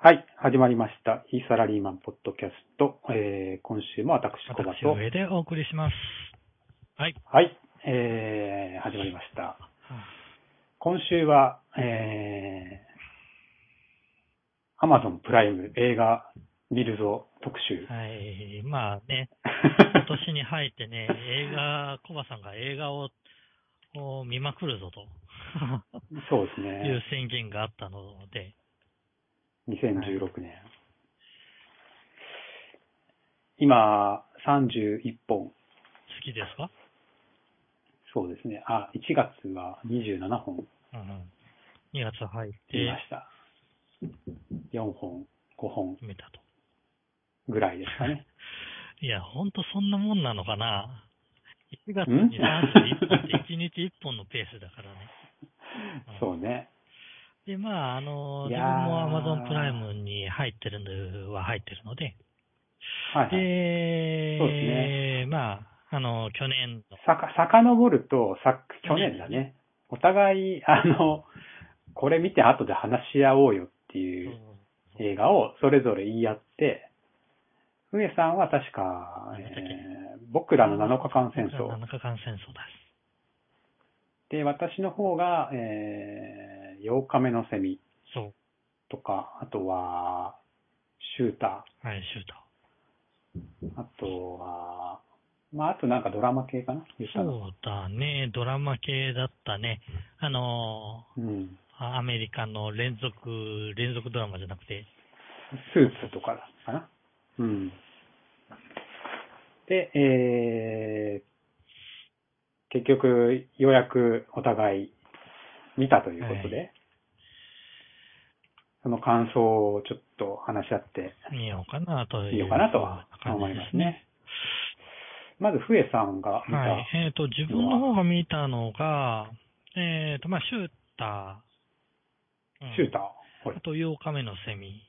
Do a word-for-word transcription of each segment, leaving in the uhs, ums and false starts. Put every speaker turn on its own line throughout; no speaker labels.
はい、始まりました。非サラリーマンポッドキャスト。えー、今週も私、小葉と。
私、上でお送りします。はい。
はい、えー、始まりました。今週は、えー、Amazon プライム映画見るぞ特集。
はい。まあね、今年に入ってね、映画、コバさんが映画をを見まくるぞと
そうです
いう
ね。
宣言があったので。
にせんじゅうろくねん。はい、今、さんじゅういっぽん。好
きですか？
そうですね。あ、いちがつはにじゅうななほん。
うん、にがつ入っ
見ま
て、
した。よんほん、ごほん
見たと。
ぐらいですかね。
いや、ほんとそんなもんなのかな。いちがつ
ん
にさんじゅういっぽんっていちにちいっぽんのペースだからね。うん、
そうね。
で、まあ、あの、
いやー、
自分も Amazon プライムに入ってるのは入ってるので、
はいはい。そうですね。
で、まあ、あの、去年の、
さか、遡ると、さ、
去
去
年ですね。
年だね。お互い、あの、これ見て後で話し合おうよって
そう
いう
そう
映画をそれぞれ言い合って、上さんは確か、
なんだったっけ。
えー、僕らのなのかかん戦争。
僕らなのかかん戦争だ。
で、私の方が、えー、ようかめのセミ
そう。
とか、あとは、シュータ
はい、シュータ
ー。あとは、まあ、あとなんかドラマ系かな言っ
ー。
たの。
そうだね、ドラマ系だったね。あの、
うん。
アメリカの連続、連続ドラマじゃなくて、
ス
そうそうそ
ーツとかかな。うん。で、えー、結局、ようやくお互い見たという
う。はい。
ことで、その感想をちょっと話し合って
見ようかなと
みよう
いうふう
かなとは
な感じ
思い
ですね。
ますね。まず、ふえさんが見
はい。
た
えっ、と、自
のは、
分の方が見たのが、えっ、と、まあ、シューター、うん。
シューター、はい、
あと、ようかめのセミ。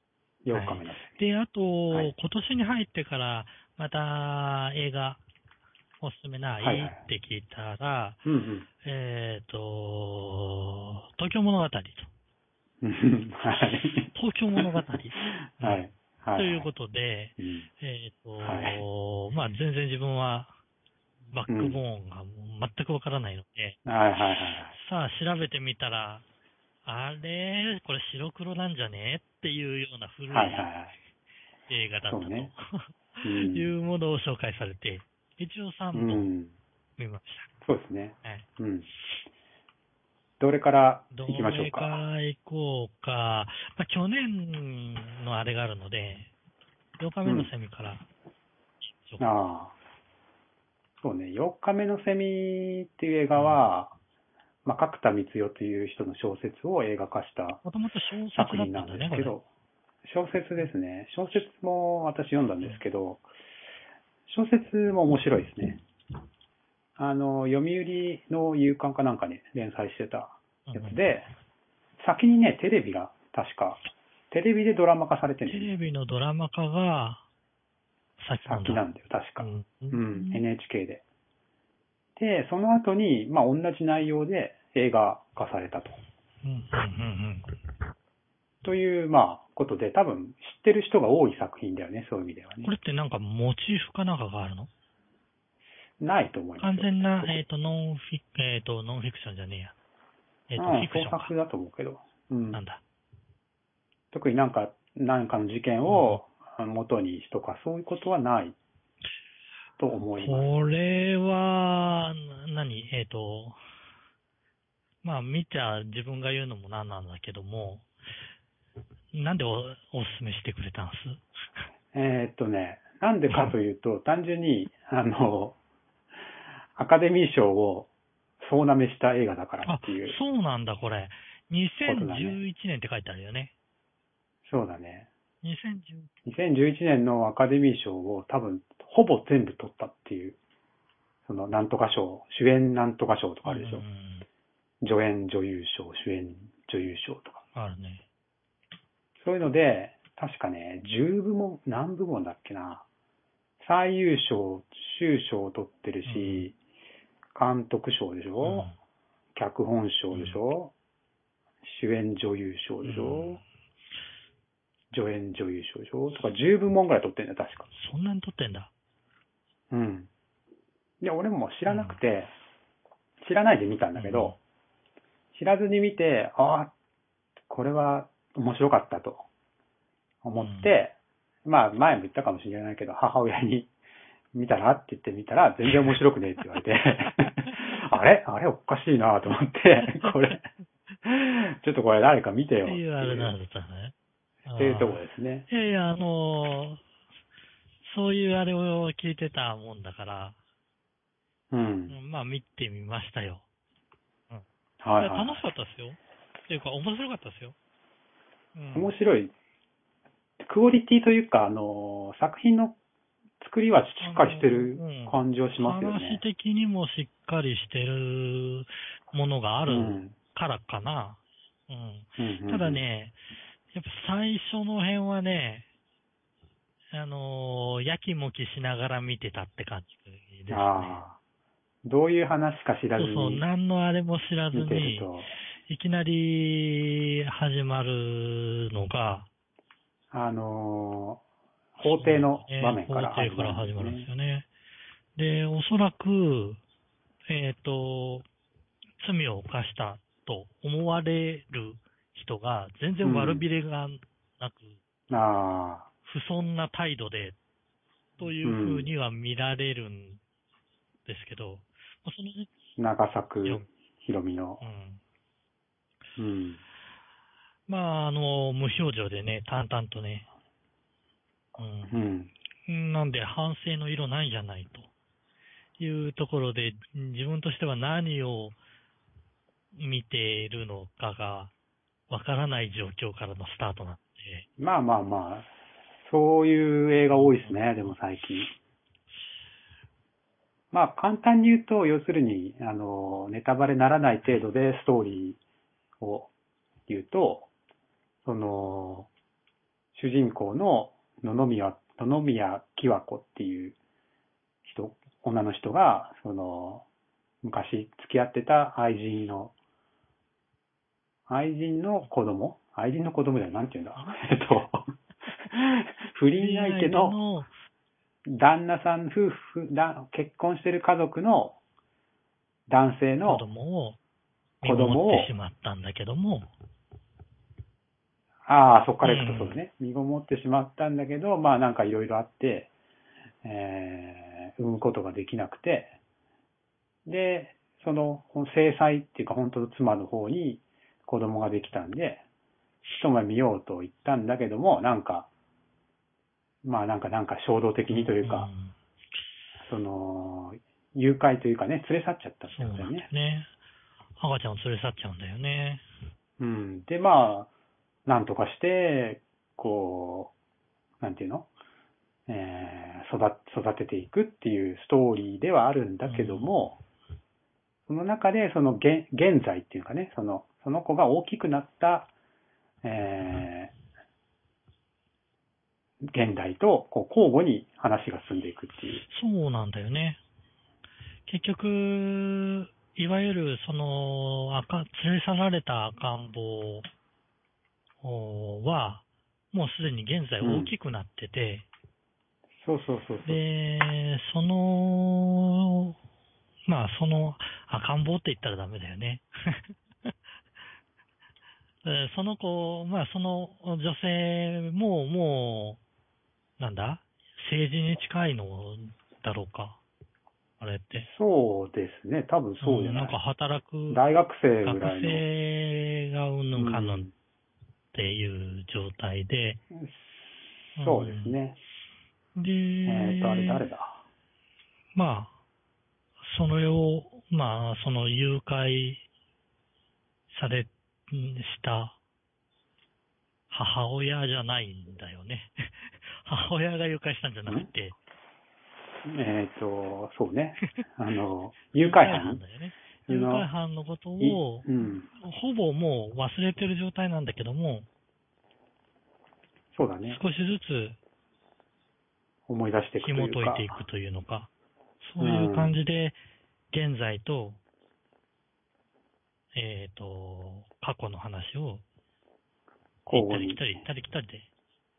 8
はい。
日目のセ
で、あと、
ミ。はい。
今年に入ってから、また映画、おすすめな
はいはい。
いって聞いたら、
うんうん。
えっ、と、東京物語と。
うんはい。
東京物語。うん。
はい。はいはい。
ということで、
うん。
えっ、
はい。
と、まあ、全然自分はバックボ
うん。
ーンがもう全くわからないので、
はいはいはいはい。
さあ調べてみたら、あれこれ白黒なんじゃねっていうような古
はいはい
い
はい。
映画だったと
そうね。うん。
いうものを紹介されて、一応
う
さんぼん
ん。
見まし
そうですね。
た。はい。
うん。どれから行きましょう
どれか
か。
ら行こうか。まあ、去年のあれがあるので、ようかめの
うん。
セミから行きましょうか。
ああ。そうね。よっかめのセミっていう映画
うん。
は、まあ、角田光代という人の小説を映画化した
もともと小説
作品なん
だったんだね、これ。
ですけど、小説ですね。小説も私読んだん
うん。
ですけど、小説も面白いですね。あの、読売の夕刊かなんかに連載してた
うんうん。
やつで、先にね、テレビが確か、テレビでドラマ化されてんだよね。
テレビのドラマ化が先なんだ。
先なんだよ、確か。
うん。う
うん、
ん。
エヌエイチケー で。で、その後に、まあ、同じ内容で映画化されたと。
うん。うん。
という、まあ、ことで、多分知ってる人が多い作品だよね、そういう意味ではね。
これってなんかモチーフかなんかがあるの？
ないと思いますよ。
完全な、
特に。
えっ、と、ノンフィ、えっ、と、ノンフィクションじゃねえや。えっ、と、フ
うん、
ィクションか。
創作だと思うけど。うん。
なんだ。
特になんか、何かの事件
うんうん。
を元にしとか、そういうことはないと思います。
これは、な何えっ、と、まあ、見ちゃ自分が言うのもなんなんだけども、なんでお、おすすめしてくれたんす？
えーっとね、なんでかというと、単純に、あの、アカデミー賞を総なめした映画だからっ
あ、
ていう
そうなんだ、これ。
ことだね。
にせんじゅういちねんって書いてあるよね。
そうだね。
にせんじゅう、
にせんじゅういちねんのアカデミー賞を多分、ほぼ全部取ったっていう、そのなんとか賞、主演なんとか賞と
うんうんう
かあるでしょ。
ん。
助演女優賞、主演女優賞とか。
あるね。
そういうので、確かね、じゅうぶもん、何部門だっけな。最優秀、終賞を取ってる
うんうん。
し、監督賞でしょ、
うん。
脚本賞でし
うん。
ょ、主演女優賞
うん。
でしょ、 助演女優賞とかじゅうぶもんぐらい取ってんだよ、確か。
そんなに取ってんだ。
うん。で、俺も知らなくて、うん、知らないで見たんだけど、うん、知らずに見て、ああ、これは面白かったと思って、うん、まあ前も言ったかもしれないけど、母親に見たらって言ってみたら、全然面白くねえって言われて、あれあれおかしいなと思って、これ、ちょっとこれ誰か見てよっていう。
あれなんだったね。
っていうところですね。
いやいや、あのー、そういうあれを聞いてたもんだから、
うん。
まあ見てみましたよ。うん。
はい、はい、
楽しかったですよ。っていうか面白かったですよ。
うん、面白い。クオリティというか、あのー、作品の作りはしっかりしてる感じはしますよね。
話的にもしっかりしてるものがあるからかな。うん。うん、ただね、やっぱ最初の辺はね、あのー、やきもきしながら見てたって感じですね。ああ。
どういう話か知らずに。
そうそう、何のあれも知らずに、いきなり始まるのが、
あのー、法廷の場面から
始まる、ね、法廷から始まるんですよね。で、おそらく、えっと、罪を犯したと思われる人が全然悪びれがなく、
うん、あ
不遜な態度で、というふうには見られるんですけど、
その長作ひろみの。
うん。うん。まあ、あの、無表情でね、淡々とね、うん。うん、なんで、反省の色ないじゃないというところで、自分としては何を見ているのかがわからない状況からのスタートなんで。
まあまあまあ、そういう映画多いですね、うん、でも最近。まあ簡単に言うと、要するに、あの、ネタバレならない程度でストーリーを言うと、その、主人公の野々宮、野々宮きわ子っていう人、女の人が、その、昔付き合ってた愛人の、愛人の子供愛人の子供だよ、なんて言うんだえっと、不倫相手の旦那さん夫婦、結婚してる家族の男性の
子供を見守ってしまったんだけども、
ああ、そこから行くとそうだね。うん、身ごもってしまったんだけど、まあなんかいろいろあって、えー、産むことができなくて、で、その制裁っていうか本当の妻の方に子供ができたんで、一目見ようと言ったんだけども、なんか、まあなんかなんか衝動的にというか、うん、その、誘拐というかね、連れ去っちゃったってことだよね。
そうね。赤ちゃんを連れ去っちゃうんだよね。
うん。で、まあ、なんとかして、こう、なんていうのえー、育、育てていくっていうストーリーではあるんだけども、うん、その中でその現、現在っていうかね、その、その子が大きくなった、えー、現代とこう交互に話が進んでいくっていう。
そうなんだよね。結局、いわゆるその赤、連れ去られた赤ん坊は、もうすでに現在大きくなってて、
うん、そうそうそうそう。
で、その、まあその赤ん坊って言ったらダメだよね。その子、まあその女性ももう、なんだ成人に近いのだろうか。あれって。
そうですね。多分そうじゃない。
うん、なんか働く。
大学生ぐらいの。
学生がうんぬんかんぬんっていう状態で。
うん、そうですね。
で、
えっと、あれ誰だ
まあ、それを、まあ、その誘拐され、した母親じゃないんだよね。母親が誘拐したんじゃなくて。
えっと、そうね。あの、誘拐犯
だよね。誘拐犯のことを、うん、ほぼもう忘れてる状態なんだけども、
そうだね。
少しずつ
思い出していくというか。
紐解いていくというのか、そういう感じで、現在と、うん、えっと、過去の話を行ったり来たり行ったり来たりで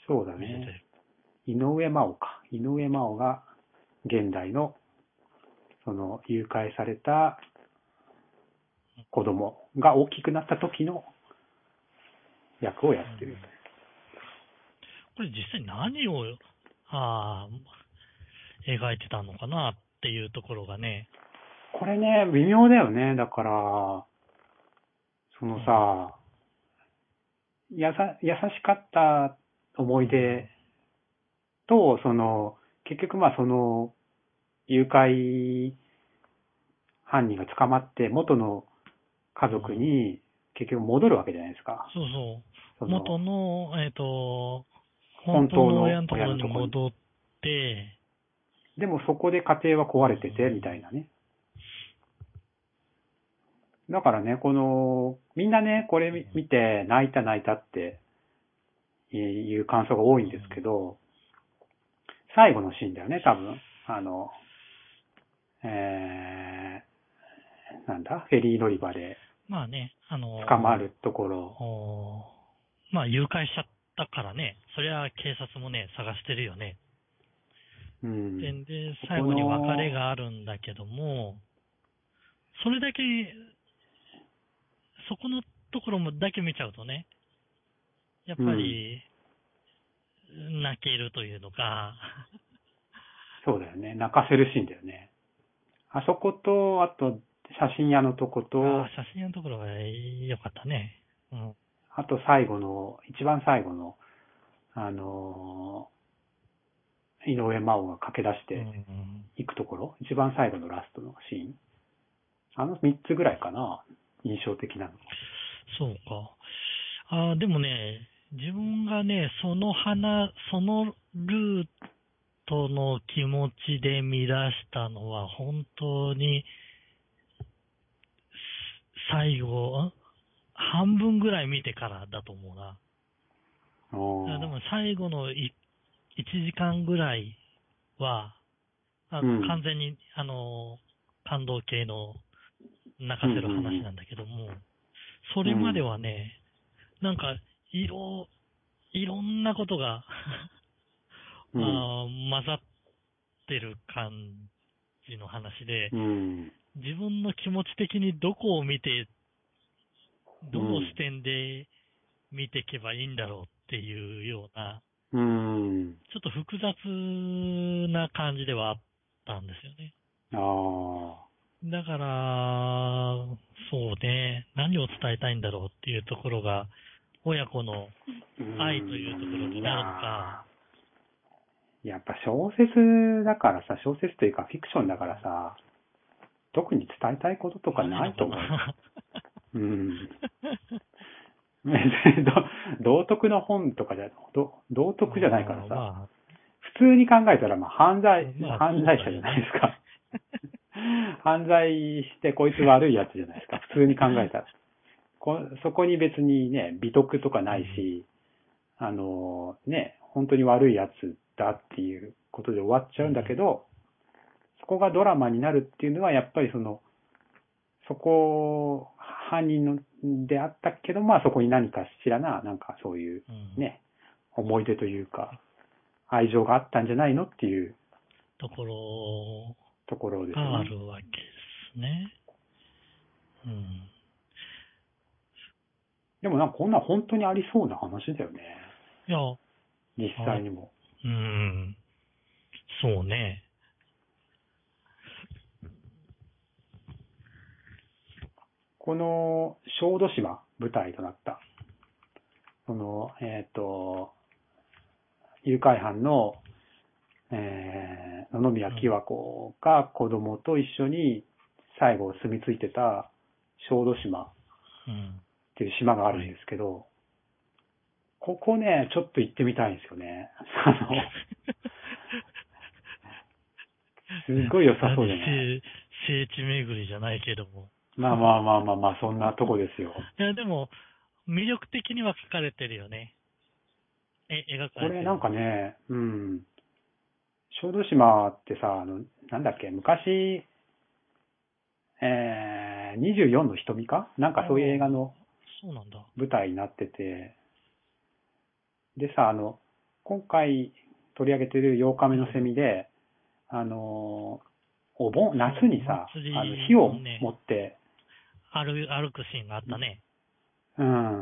そうだね。井上真央か。井上真央が現代の、その、誘拐された子供が大きくなった時の役をやってる。うん、
これ実際何を、あ描いてたのかなっていうところがね。
これね、微妙だよね。だから、そのさ、うん、やさ、優しかった思い出と、その、結局まあその、誘拐犯人が捕まって元の家族に結局戻るわけじゃないですか。
そうそう。その元の、えっ、ー、と、
本当の親
のところに戻って、
でもそこで家庭は壊れてて、みたいなね。だからね、この、みんなね、これ見て泣いた泣いたっていう感想が多いんですけど、最後のシーンだよね、多分。あの、えー、なんだ、フェリー乗り場で。
まあね、あの
捕まるところ。
まあ誘拐しちゃったからね、そりゃ警察もね、探してるよね。
うん。
で、最後に別れがあるんだけども、それだけ、そこのところもだけ見ちゃうとね、やっぱり、泣けるというのか、
うん。そうだよね。泣かせるシーンだよね。あそこと、あと、写真屋のとこと、
あ写真屋のところが良かったね。うん。
あと最後の、一番最後の、あのー、井上真央が駆け出していくところ、うんうん、一番最後のラストのシーン。あのみっつぐらいかな、印象的なの。
そうか。あでもね、自分がね、その花、そのルートの気持ちで見出したのは、本当に、最後、半分ぐらい見てからだと思うな。でも最後のいちじかんぐらいは、あうん、完全に、あの、感動系の泣かせる話なんだけども、うんうん、それまではね、なんか、いろ、いろんなことがうん、あ混ざってる感じの話で、うん、自分の気持ち的にどこを見て、どの視点で見ていけばいいんだろうっていうような、うん、ちょっと複雑な感じではあったんですよね。あだから、そうね、何を伝えたいんだろうっていうところが、親子の愛というところになるのか。
やっぱ小説だからさ、小説というかフィクションだからさ、特に伝えたいこととかないと思う。うん。別に道徳の本とかじゃ、道徳じゃないからさ、まあ、普通に考えたらまあ犯罪、まあ、犯罪者じゃないですか。犯罪してこいつ悪いやつじゃないですか、普通に考えたら。こそこに別にね、美徳とかないし、うん、あのね、本当に悪いやつだっていうことで終わっちゃうんだけど、うん、そこがドラマになるっていうのはやっぱりその、そこ、犯人のであったけど、まあそこに何かしらな、なんかそういうね、うん、思い出というか、愛情があったんじゃないのっていう
ところ、
ところですね。
があるわけですね。うん。
でもなんかこんな本当にありそうな話だよね。
いや、
実際にも。
うん。そうね。
この小豆島舞台となった、その、えっ、ー、と、誘拐犯の、えー、野々宮清子が子供と一緒に最後住み着いてた小豆島っていう島があるんですけど、うんはい、ここね、ちょっと行ってみたいんですよね。あの、すごい良さそうでね。
聖地巡りじゃないけども。
まあまあまあまあまあ、そんなとこですよ。
いや、でも、魅力的には書かれてるよね。え、描かれてる。
これなんかね、うん。小豆島ってさ、あの、なんだっけ、昔、えー、にじゅうよんの瞳かなんかそういう映画の舞台になってて、でさ、あの、 今回取り上げてるようかめのセミで、あの、お盆、夏にさ、あの火を持って、
歩、歩くシーンがあったね。
うん。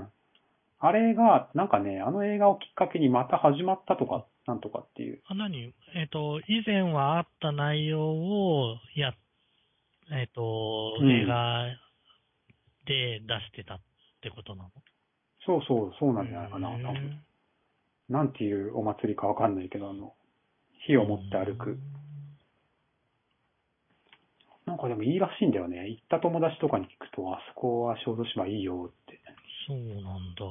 あれが、なんかね、あの映画をきっかけにまた始まったとか、なんとかっていう。
あ、何えっと、以前はあった内容を、や、えっと、うん、映画で出してたってことなの？
そうそう、そうなんじゃないかな、多分。なんていうお祭りかわかんないけど、あの、火を持って歩く。なんかでもいいらしいんだよね。行った友達とかに聞くと、あそこは小豆島いいよって。
そうなんだ。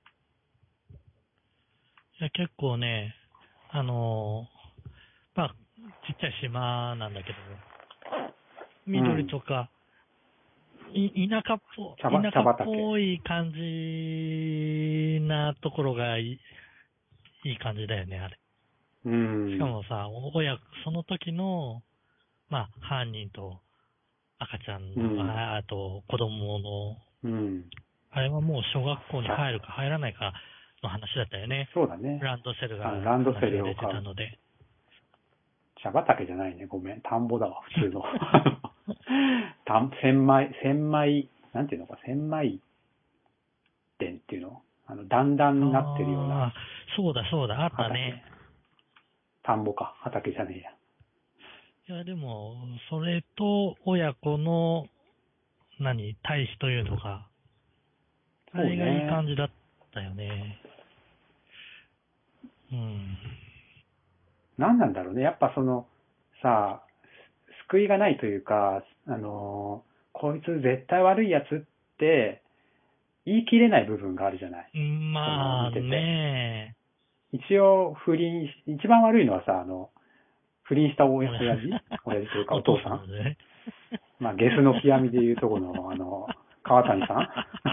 いや、結構ね、あのー、まあ、ちっちゃい島なんだけど、緑とか、うん、い田舎っぽ、田舎っぽい感じなところがいい、いい感じだよね、あれ。
うん。
しかもさ、親、その時の、まあ、犯人と赤ちゃんの、うん、あ, あと子供の、うん、あれはもう小学校に入るか入らないかの話だったよね。
そうだね。
ランドセルが、
ランドセルを
出てたので。
茶畑じゃないね。ごめん。田んぼだわ、普通の。千枚、千枚、なんていうのか、千枚田っていうのあの、段々になってるような。あ、
そうだそうだ、あったね。
田んぼか、畑じゃねえや。
いや、でも、それと親子の、何、対比というのが、あれがいい感じだったよね。うん。
何なんだろうね。やっぱその、さあ、救いがないというか、あの、こいつ絶対悪いやつって言い切れない部分があるじゃない。
まあね。
一応、不倫、一番悪いのはさ、あの、不倫した親父親父というかお父さん。ね、まあ、ゲスの極みでいうとこの、あの、川谷さん。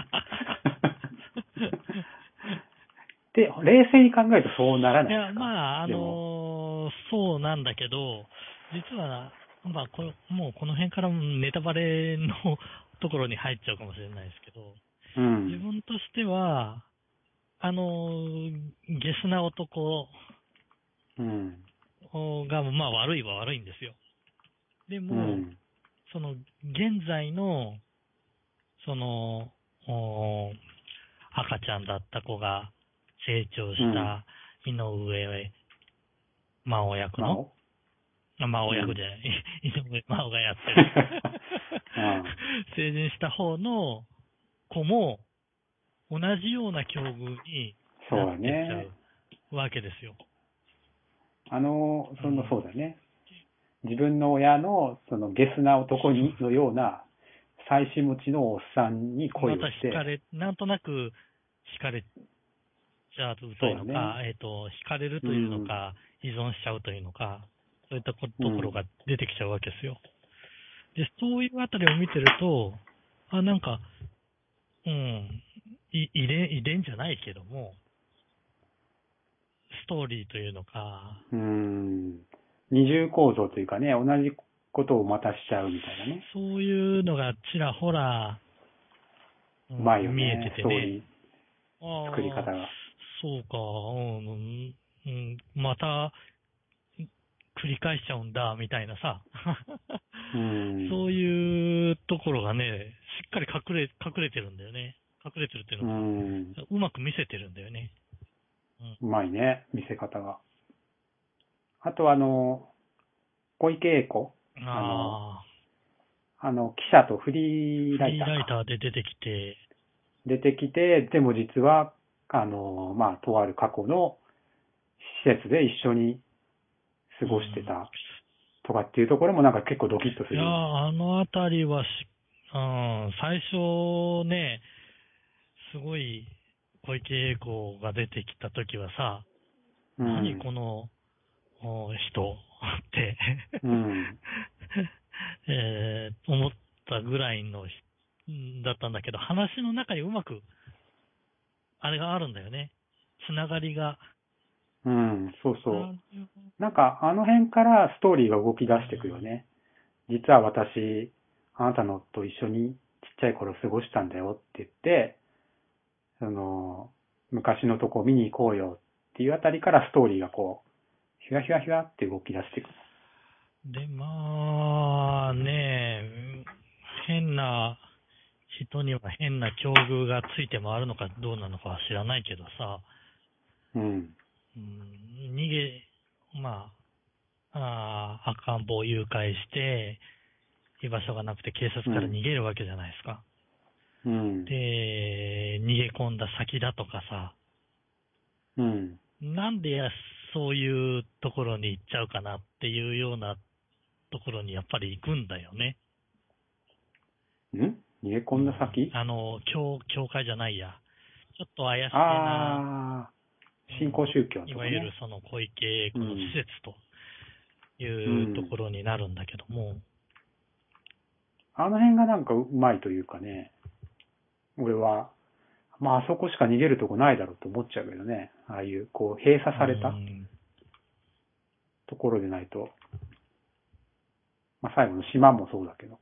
で、冷静に考えるとそうならないですか。
いや、まあ、あのー、そうなんだけど、実は、まあこ、もうこの辺からネタバレのところに入っちゃうかもしれないですけど、うん、自分としては、あのー、ゲスな男、うん、が、まあ悪いは悪いんですよ。でも、うん、その、現在の、その、赤ちゃんだった子が成長した井上真央役の、うん、真央役じゃない、うん、井上真央がやってる、うん、成人した方の子も同じような境遇になってっちゃうわけですよ。
あの、その、そうだね。自分の親の、その、ゲスな男にのような、妻子持ちのおっさんに恋をして。
また惹かれ、なんとなく惹かれちゃうというのか、ね、えっ、ー、と、惹かれるというのか、うん、依存しちゃうというのか、そういったところが出てきちゃうわけですよ。で、そういうあたりを見てると、あ、なんか、うん、い遺伝、遺伝じゃないけども、ストーリーというのか。
うん。二重構造というかね、同じことをまたしちゃうみたいなね。
そういうのがちらほら、
うん、うまいよね、
見えててね。
ストーリー、作り方が。
そうか、うん、うん、また、繰り返しちゃうんだ、みたいなさ。うん、そういうところがね、しっかり隠れ、隠れてるんだよね。隠れてるっていうのか、うん、うまく見せてるんだよね。
うん、うまいね、見せ方が。あとあの、小池栄子。あの、あの、記者とフリーライター。
フリーライターで出てきて。
出てきて、でも実は、あの、まあ、とある過去の施設で一緒に過ごしてたとかっていうところもなんか結構ドキッとする。
いやあのあたりはし、うん、最初ね、すごい小池栄子が出てきたときはさ、うん、何この人って、うんえー、思ったぐらいのだったんだけど、話の中にうまく、あれがあるんだよね。つながりが。
うん、そうそう。なんか、あの辺からストーリーが動き出していくよね。うん、実は私、あなたのと一緒にちっちゃい頃過ごしたんだよって言って、その、昔のとこ見に行こうよっていうあたりからストーリーがこう、ひわひわひわって動き出していく。
で、まあね、変な人には変な境遇がついて回るのかどうなのかは知らないけどさ、
うん。
うん、逃げ、まあ、あ赤ん坊を誘拐して、居場所がなくて警察から逃げるわけじゃないですか。
うん。
で、逃げ込んだ先だとかさ、
うん。
なんでそういうところに行っちゃうかなっていうようなところにやっぱり行くんだよね。
ん逃げ込んだ先、
うん、あの、教、教会じゃないや。ちょっと怪しげな、
ああ、新興宗教
うん、い
とかね。
わゆるその小池栄子の施設と
う
いうと
ん。
ころになるんだけども。
あの辺がなんかうまいというかね、俺は、まああそこしか逃げるとこないだろうと思っちゃうけどね。ああいうこう閉鎖された
うん、
ところでないと。まあ最後の島もそうだけど。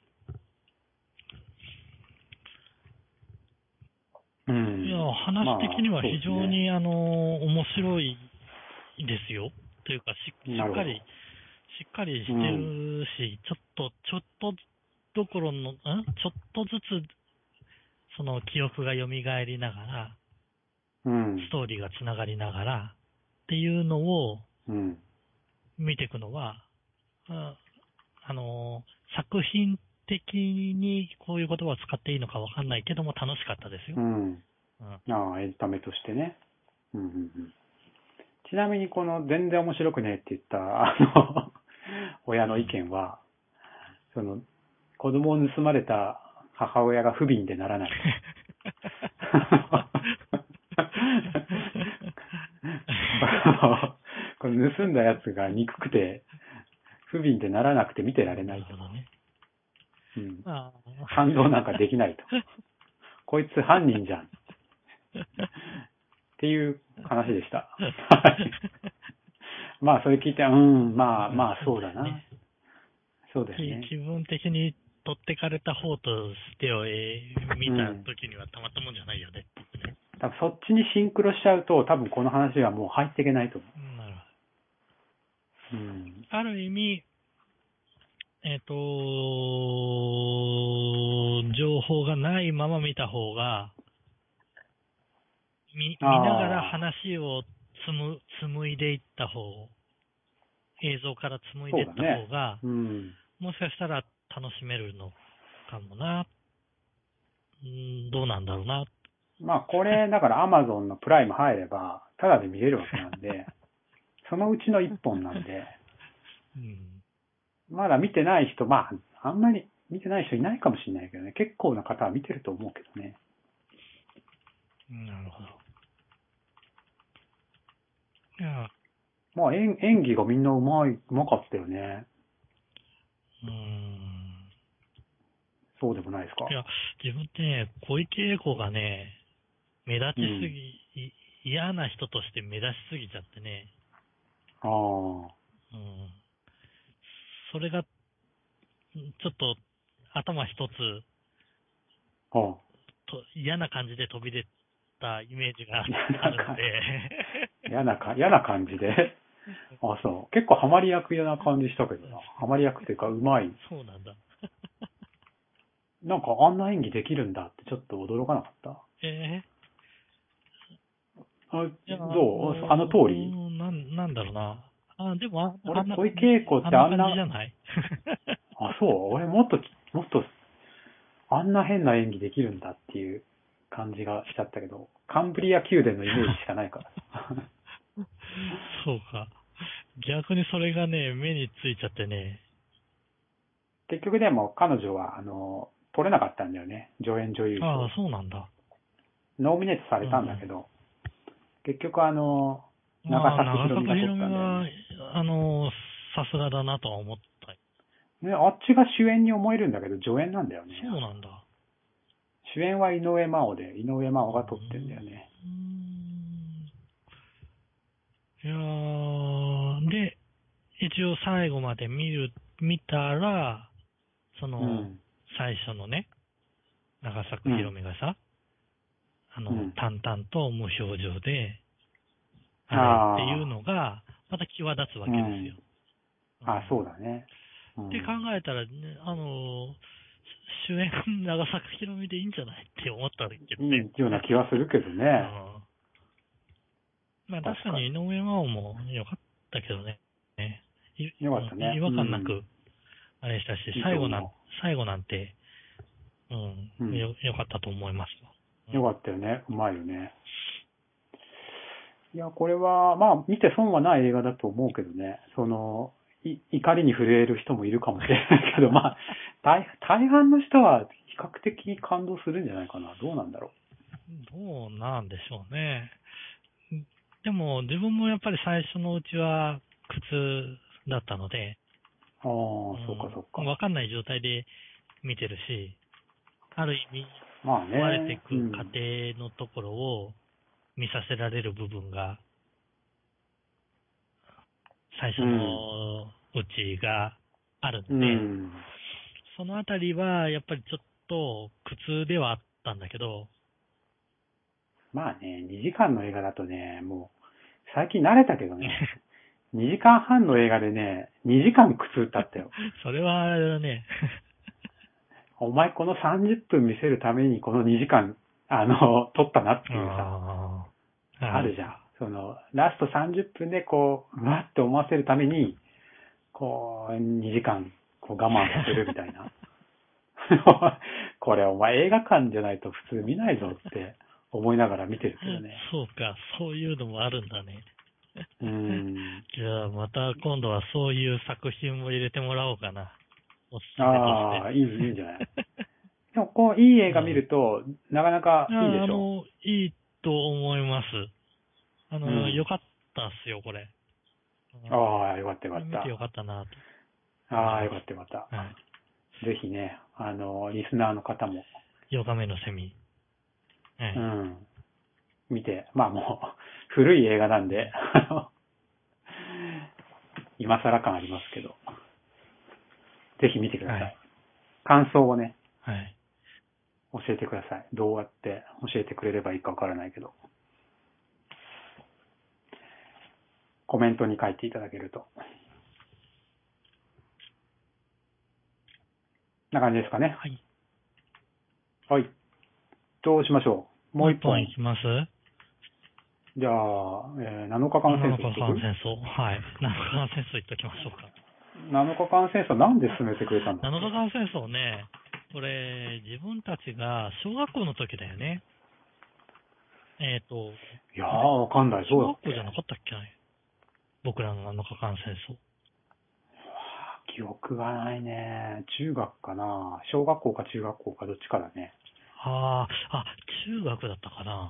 う
いや、
ん。まあ、
話的には非
そうですね。
常に、あの、面白いですよ。というか、し、し
なるほど。
っかり、しっかりして
うん。
るし、ちょっと、ちょっとどころの、んちょっとずつ、その記憶が蘇りながら、
うん。
ストーリーがつながりながら、っていうのを
うん。
見ていくのは、あ、あの、作品的にこういう言葉を使っていいのかわかんないけども楽しかったですよ。
うん。
うん。
ああ、エンタメとしてね。うんうんうん。ちなみにこの全然面白くねえって言った、あの、親の意見は、その、子供を盗まれた母親が不憫でならないと。この盗んだやつが憎くて、不憫でならなくて見てられないと。
なるほどね。
うん。
あ
感動なんかできないと。こいつ犯人じゃん。っていう話でした。はい。まあ、それ聞いて、うん、まあ、まあ、そうだな。そうだよね。
気分的に取ってかれた方としてを、えー見た
うん。
時にはたまったもんじゃないよね。
多分そっちにシンクロしちゃうと、多分この話はもう入っていけないと思
なるほ
う。うん。
ど。ある意味、えっ、と、情報がないまま見た方が、見、見ながら
ああ、
話を紡、紡いでいった方、映像から紡いでいった方
そうだね。
が、
うん。
もしかしたら楽しめるのかもな。うん、どうなんだろうな。
まあ、これ、だから Amazon のプライム入れば、タダで見れるわけなんで、そのうちの一本なんで、
うん、
まだ見てない人、まあ、あんまり見てない人いないかもしれないけどね、結構な方は見てると思うけどね。
なるほど。いや、
まあ、演演技がみんなうまい、うまかったよね。
うーん。
そうでもないですか。
いや、自分ってね、小池栄子がね、目立ちす
うん。
ぎ、い嫌な人として目立ちすぎちゃってね、
ああ。
うん。それが、ちょっと頭一つ
ああ。
と嫌な感じで飛び出たイメージが
嫌
あ
なか、
るんで
嫌なか、嫌な感じで。あ、そう。結構ハマり役な感じしたけどな。ハマり役っていうか、うまい。
そうなんだ。
なんかあんな演技できるんだってちょっと驚かなかった。
え
あ、
ー、いや、あ
どうあの通り
のーなん、なんだろうな。あ、でもあ、あ
俺、
んな
小池
感じ、
栄子って
あんな感じじ
あんな、
ゃない
あ、そう俺もっと、もっと、あんな変な演技できるんだっていう感じがしちゃったけど、カンブリア宮殿のイメージしかないから。
そうか。逆にそれがね、目についちゃってね。
結局でも彼女は、あの、取れなかったんだよね。助演女優
ああ、
賞。
そうなんだ。
ノーミネートされたんだけ
うん
ど、結局あの、
うん。まあ、
長作ひ
長
ろみが取っ
坂ひろみは、
たんだよね。
あの、さすがだなとは思った。
ね、あっちが主演に思えるんだけど、助演なんだよね。
そうなんだ。
主演は井上真央で、井上真央
う
が撮ってんだよね。
ーん。いやー、で、一応最後まで見る、見たら、その、
うん。
最初のね、長作ひろ
うん。
みがさ、あの、
うん。
淡々と無表情で、 あれっていうのが、また際立つわけですよ。
うん、あ、そうだね。
うん、って考えたら、ね、あの、主演、長坂ひろみでいいんじゃないって思ったんだけどね。
いいような気はするけどね。うん、
まあ確かに井上真央も良かったけどね。
良かったね。
違和感なく、あれしたし、うん、最後なん、最後なんて、うん、うん、よ、よかったと思います。
よかったよね。うまいよね。いや、これは、まあ、見て損はない映画だと思うけどね。その、い怒りに震える人もいるかもしれないけど、まあ、大、大半の人は比較的感動するんじゃないかな。どうなんだろ
う。どうなんでしょうね。でも、自分もやっぱり最初のうちは苦痛だったので、
ああ、うん、そうかそうか。
わかんない状態で見てるし、ある意味、
まあね、
壊れていく過程のところを見させられる部分が、最初のうちがあるので、うん、そのあたりはやっぱりちょっと苦痛ではあったんだけど、
まあね、にじかんの映画だとね、もう、最近慣れたけどね、にじかんはんの映画でね、にじかん苦痛だったよ。
それはあれだね。
お前このさんじゅっぷん見せるためにこのにじかん、あの、撮ったなっていうさ、あ, あるじゃん。その、ラストさんじゅっぷんでこう、うわって思わせるために、こう、にじかん、こう我慢させるみたいな。これお前映画館じゃないと普通見ないぞって思いながら見てるけどね。
そうか、そういうのもあるんだね。
うん。
じゃあまた今度はそういう作品も入れてもらおうかな。おすすめとして。
ああ、いい、いいんじゃないでもこう、いい映画見ると、うん、なかなかいいでしょ。
あの、いいと思います。あの、
うん、
よかったっすよ、これ。
ああ、よかったよかった。
見てよかったな
と。ああ、よかったよかった。はい。ぜひね、あの、リスナーの方も。
ようかめのセミ。
はい、うん。見て、まあもう、古い映画なんで、今更感ありますけど、ぜひ見てください。はい、感想をね、はい、教えてください。どうやって教えてくれればいいかわからないけど。コメントに書いていただけると。な感じですかね。はい。はい。どうしましょう。もう一本。
いきます。
じゃあ、えー、なのかかん戦争。
なのかかん戦争。はい。なのかかん戦争いっときましょうか。
なのかかん戦争なんで進めてくれたんだっけ？
なのかかん戦争ね、これ、自分たちが小学校の時だよね。えっ、ー、と。
いやー、わかんない。
小学校じゃなかったっけね。僕らのなのかかん戦争。
記憶がないね。中学かな。小学校か中学校かどっちかだね。
ああ、あ、中学だったかな。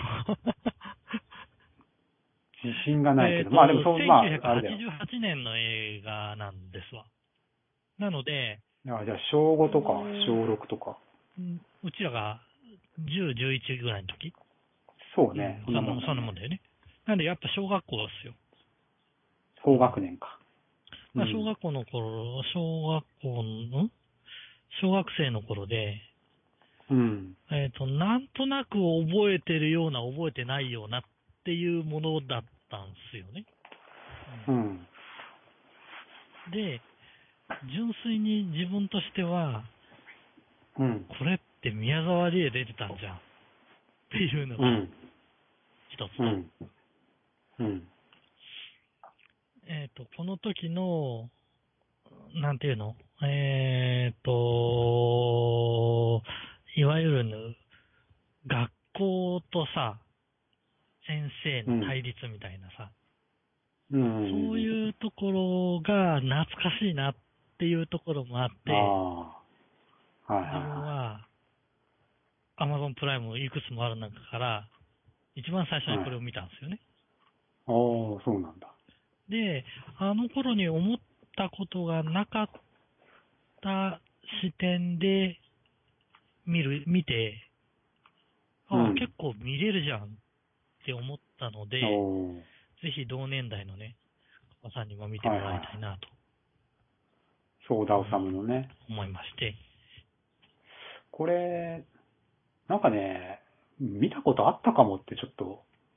自信がないけど、まあでもそう、まあ、
せんきゅうひゃくはちじゅうはちねんの映画なんですわ。なので、
あじゃあ小ごとか小ろくとか。
うちらがじゅう、じゅういちぐらいの時？
そうね。
うん、そんなもん、ね、そんなもんだよね。なんでやっぱ小学校ですよ。
高学年か。
まあ小学校の頃、小学校の、小学生の頃で、うん、えっ、ー、と、なんとなく覚えてるような、覚えてないようなっていうものだったんですよね。うん。で、純粋に自分としては、うん、これって宮沢りえ出てたんじゃんっていうのが一つと、うんうん、えっ、ー、と、この時の、なんていうのえっ、ー、と、いわゆる学校とさ、先生の対立みたいなさ、うん、そういうところが懐かしいなっていうところもあって、はいはいはい、自分は Amazon プライムいくつもある中から一番最初にこれを見たんですよね。
はい、ああ、そうなんだ。
で、あの頃に思ったことがなかった視点で見る、見て、ああ、うん、結構見れるじゃんって思ったので、ぜひ同年代のね、パパさんにも見てもらいたいなと。
ソーダオサムのね。
思いまして。
これ、なんかね、見たことあったかもってちょっと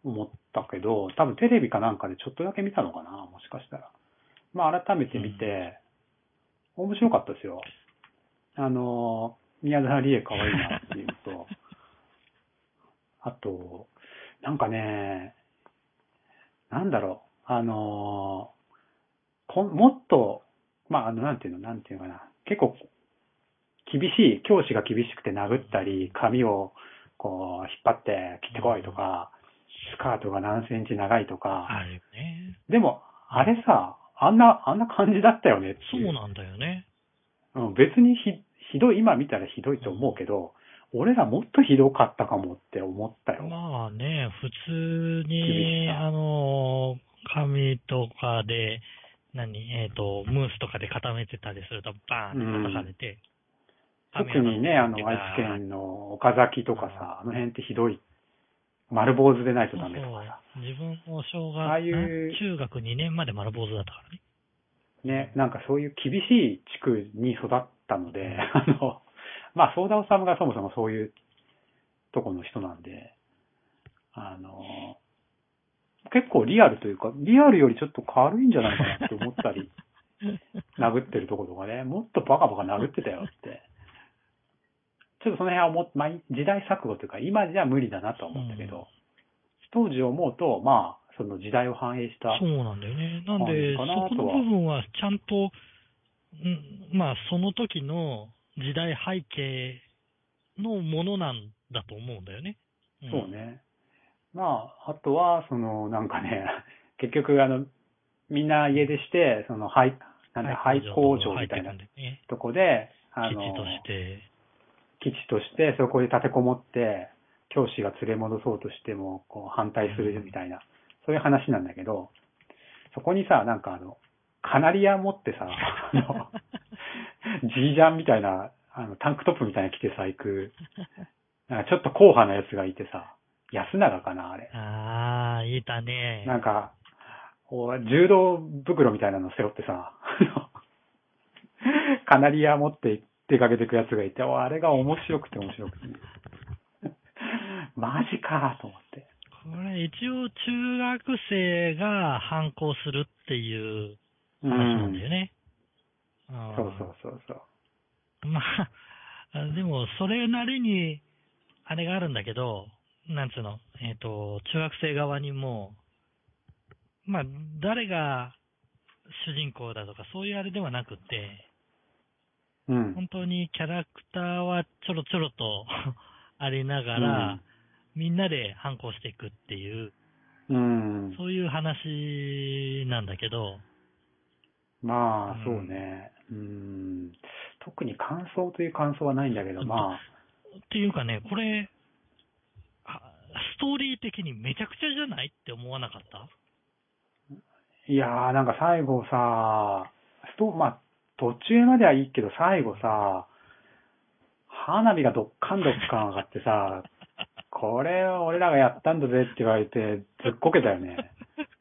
思ったけど、多分テレビかなんかでちょっとだけ見たのかな、もしかしたら。まあ改めて見て、うん、面白かったですよ。あの、宮沢りえ可愛いなっていうのと、あと、なんかね、なんだろう、あの、こもっと、まあ、あの、なんていうの、なんていうのかな、結構、厳しい、教師が厳しくて殴ったり、髪をこう、引っ張って切ってこいとか、スカートが何センチ長いとか、
あるよね。
でも、あれさ、あんな、あんな感じだったよねっていう。
そうなんだよね。
うん、別にひ、ひどい、今見たらひどいと思うけど、うん、俺らもっとひどかったかもって思ったよ。
まあね、普通に、あの、紙とかで、何、えっ、ー、と、ムースとかで固めてたりすると、バーンって叩かれて。
うん、特にね、あの、愛知県の岡崎とかさ、あの辺ってひどい。丸坊主でないとダメとかさ。
そうそう自分も小学、
ああいう
中学にねんまで丸坊主だったからね。
ね、なんかそういう厳しい地区に育ったので、あの、まあ、ソーダオサムがそもそもそういうとこの人なんで、あの、結構リアルというか、リアルよりちょっと軽いんじゃないかなって思ったり、殴ってるところがね、もっとバカバカ殴ってたよって。ちょっとその辺は思っ、まあ、時代錯誤というか、今じゃ無理だなとは思ったけど、うん、当時思うと、まあ、その時代を反映した。
そうなんだよね。なんで、そこの部分はちゃんと、んまあ、その時の時代背景のものなんだと思うんだよね。
うん、そうね。まあ、あとは、その、なんかね、結局、あの、みんな家出して、その、廃、なんだ、廃工場みたいなとこで、
あの、基地として、
基地として、そこで立てこもって、教師が連れ戻そうとしても、こう、反対するみたいな、うん、そういう話なんだけど、そこにさ、なんかあの、カナリア持ってさ、あの、ジージャンみたいな、あの、タンクトップみたいな着てさ、行く、なんかちょっと硬派なやつがいてさ、安永かな、あれ。
ああ、いたね。
なんか、柔道袋みたいなの背負ってさ、カナリア持って出かけていくやつがいて、あれが面白くて面白くて。マジかと思って。
これ一応中学生が反抗するっていう話なんだよね。
うん、そうそうそうそう。
まあ、でもそれなりに、あれがあるんだけど、なんつうの、えっと、中学生側にも、まあ、誰が主人公だとか、そういうあれではなくて、
うん、
本当にキャラクターはちょろちょろとありながら、うん、みんなで反抗していくっていう、
うん、
そういう話なんだけど、
まあ、そうね、うん。特に感想という感想はないんだけど、まあ。
っていうかね、これ、ストーリー的にめちゃくちゃじゃないって思わなかった？
いやー、なんか最後さ、ストまあ、途中まではいいけど、最後さ、花火がどっかんどっかん上がってさ、これを俺らがやったんだぜって言われて、ずっこけたよね。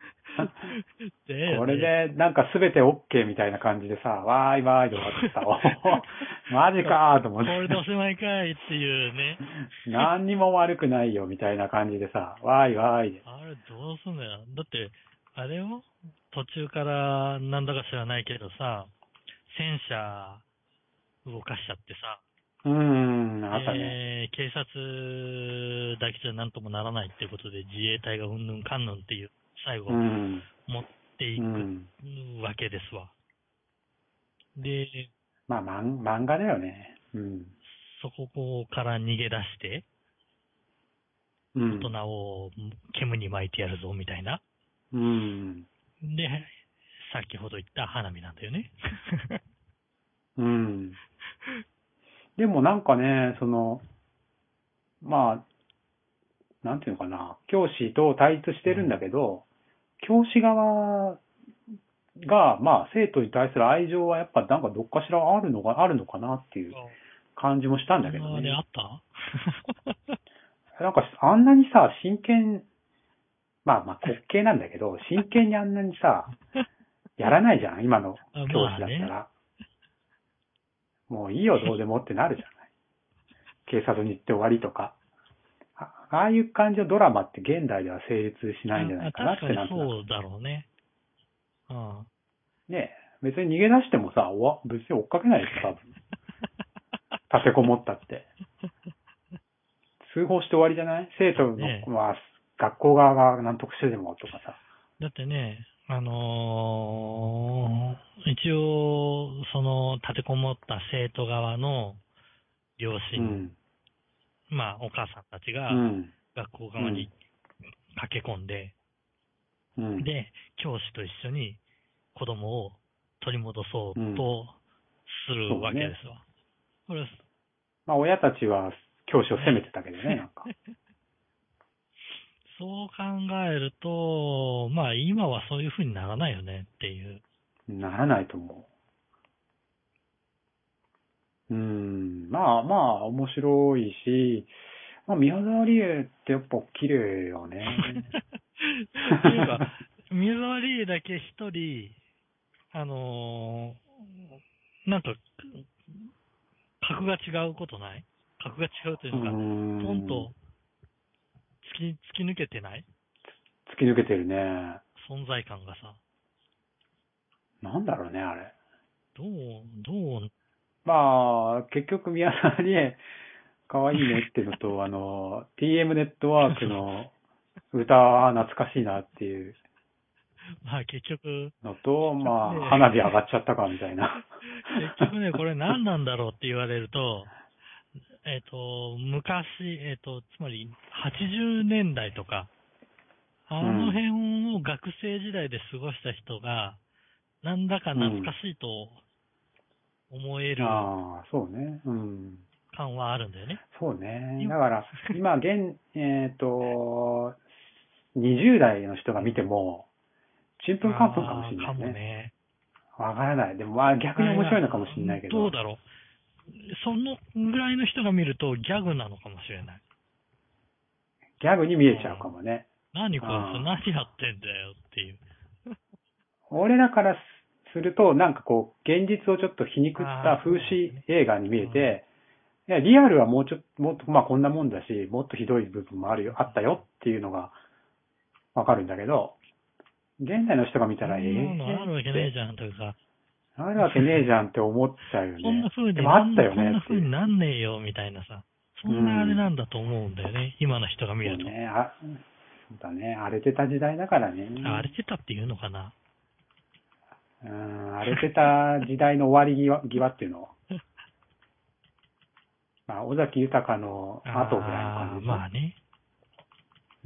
これで、なんかすべて OK みたいな感じでさ、わーいわーいで終わってさ、マジかーと思って。
これでおしまいかいっていうね。
何にも悪くないよみたいな感じでさ、わーいわーいで。
あれどうすんだよ。だって、あれよ途中からなんだか知らないけどさ、戦車動かしちゃってさ、
うーん、あったね。
えー、警察だけじゃなんともならないっていうことで自衛隊がうんぬんかんぬんっていう、最後、持っていくわけですわ。で、
まあ、漫画だよね。うん。
そこから逃げ出して、うん、大人を煙に巻いてやるぞみたいな。
うん。
で、先ほど言った花火なんだよね。
うん。でもなんかね、その、まあ、なんていうのかな、教師と対立してるんだけど、教師側が、まあ、生徒に対する愛情はやっぱなんかどっかしらあるのか、あるのかなっていう感じもしたんだけどね。
あれあった
なんかあんなにさ、真剣、まあまあ滑稽なんだけど、真剣にあんなにさ、やらないじゃん、今の教師だったら。まあね、もういいよ、どうでもってなるじゃない。警察に行って終わりとか。 あああいう感じのドラマって現代では成立しないんじゃないかなって
確
なんとなく。
かにそうだろうね。うん。
ねえ、別に逃げ出してもさ、おわ別に追っかけないでしょ、多分。立てこもったって。通報して終わりじゃない？生徒の、
ね、
まあ、学校側が何とかしてでもとかさ。
だってね、あのー一応、その、立てこもった生徒側の両親、
うん。
まあ、お母さんたちが
うん。
学校
うん。
側に駆け込んで、
うん。
で、教師と一緒に子供を取り戻そ
うん。
うとする
そうね。
わけですわ。これ、
まあ、親たちは教師を責め
ね。
てたけどね、なんか。
そう考えると、まあ今はそういう風にならないよねっていう。
ならないと思う。うん。まあまあ、面白いし、まあ、宮沢りえってやっぱ綺麗よね。
っていうか、水沢理恵だけ一人、あのーなんか、格が違うことない？格が違うという
うー
のか、ポン
ん。
と突き、突き抜けてない
突き抜けてるね。
存在感がさ。
なんだろうね、あれ。
どう、どう、
まあ、結局宮沢りえ、可愛いねっていうのと、あの、ティーエム ネットワークの歌、懐かしいなっていう
まあ結局、
のと、
結局
まあ、
ね、
花火上がっちゃったかみたいな。
結局ね、これ何なんだろうって言われると、えっ、と、昔、えっ、と、つまりはちじゅうねんだいとか、
うん。
あの辺を学生時代で過ごした人が、なんだか懐か
うん。
しいと思える
ああ、そうね。うん。
感はあるんだよね。
そうね。
今
だから、今、現、えっと、にじゅう代の人が見ても、ちんぷんかんぷんかもし
ああ、か
れないね。
もね。
わからない。でも、まあ逆に
あ、いや、
面白いのかもしれないけど、
どうだろう。そのぐらいの人が見るとギャグなのかもしれない。
ギャグに見えちゃう
うん。
かもね。
何こいつ、
うん。
何やってんだよっていう。
俺らからすると、なんかこう、現実をちょっと皮肉っ
ああ、そう
た風刺
なんだね。
映画に見
うん。
えて、いや、リアルはもうちょっと、もっと、まあこんなもんだし、もっとひどい部分もあるよ、あったよっていうのがわかるんだけど、現代の人が見たら、え
そんなのあるわけ
えーって、
ねえじゃんというか、
あるわけねえじゃんって思っちゃうよ
こんな
ね。
風になん、
でもあったよ
こんな
ねっていう。
風になんねえよみたいなさ、そ
う
んなあれな
ん。
んだと思うんだよね。今の人が見ると。
そうね。あ、そうだね。荒れてた時代だからね。
あ、荒れてたっていうのかな。
うん、荒れてた時代の終わり際、際っていうの。まあ、尾崎豊の後ぐらいの感
ああ、
じでしょ？
まあね。
うん。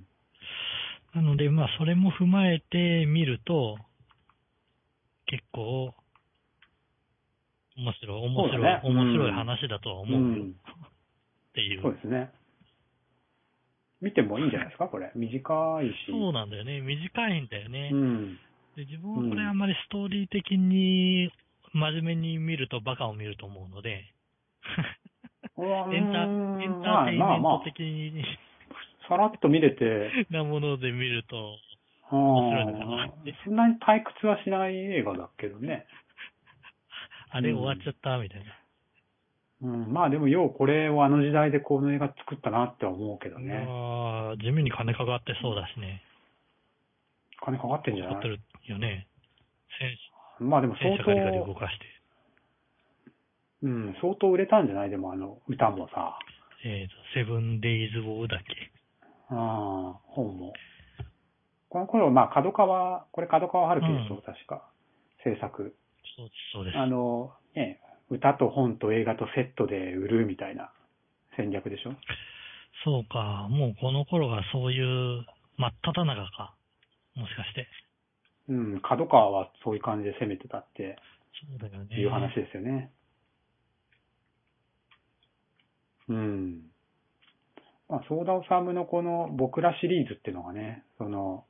なので、まあ、それも踏まえて見ると、結構、面白い、面白い、
そうだね。う
面白い
ん。
話だとは思うよ。
うん。
っていう。
そうですね。見てもいいんじゃないですか、これ。短いし。
そうなんだよね。短いんだよね。
うん。
で、自分はこれあ
うん。
んまりストーリー的に真面目に見るとバカを見ると思うので、
これは、うー
エンタ、エン
ん、
ター
まあ
テイメント
まあまあ、
的に
さらっと見れて、
なもので見ると
あ
面白いのかな
あ、
って。
そんなに退屈はしない映画だけどね。
あれ終わっ
うん。
ちゃったみたいな。
うん、まあでも、ようこれをあの時代でこの映画作ったなって思うけど
いや
ね。
ー、地味に金かかってそうだしね。
金かかってんじゃない？
かかってるよね。戦
まあでも相
戦車ガリガリ動
当、
かして。
うん、相当売れたんじゃない？でもあの歌もさ、
えーと、セブンデイズ・ウォーだっけ。
ああ、本も。この頃、まあ角川、これ角川春樹でしょ、
うん。
確か。制作。
そうです、そうです。
あの、ね、歌と本と映画とセットで売るみたいな戦略でしょ。
そうか、もうこの頃がそういう真っ只中か。もしかして。
うん、角川はそういう感じで攻めてたって
そうだよ
いう話
ね。
ですよね。うん。まあ、ソーダオサムのこの僕らシリーズっていうのがね、その、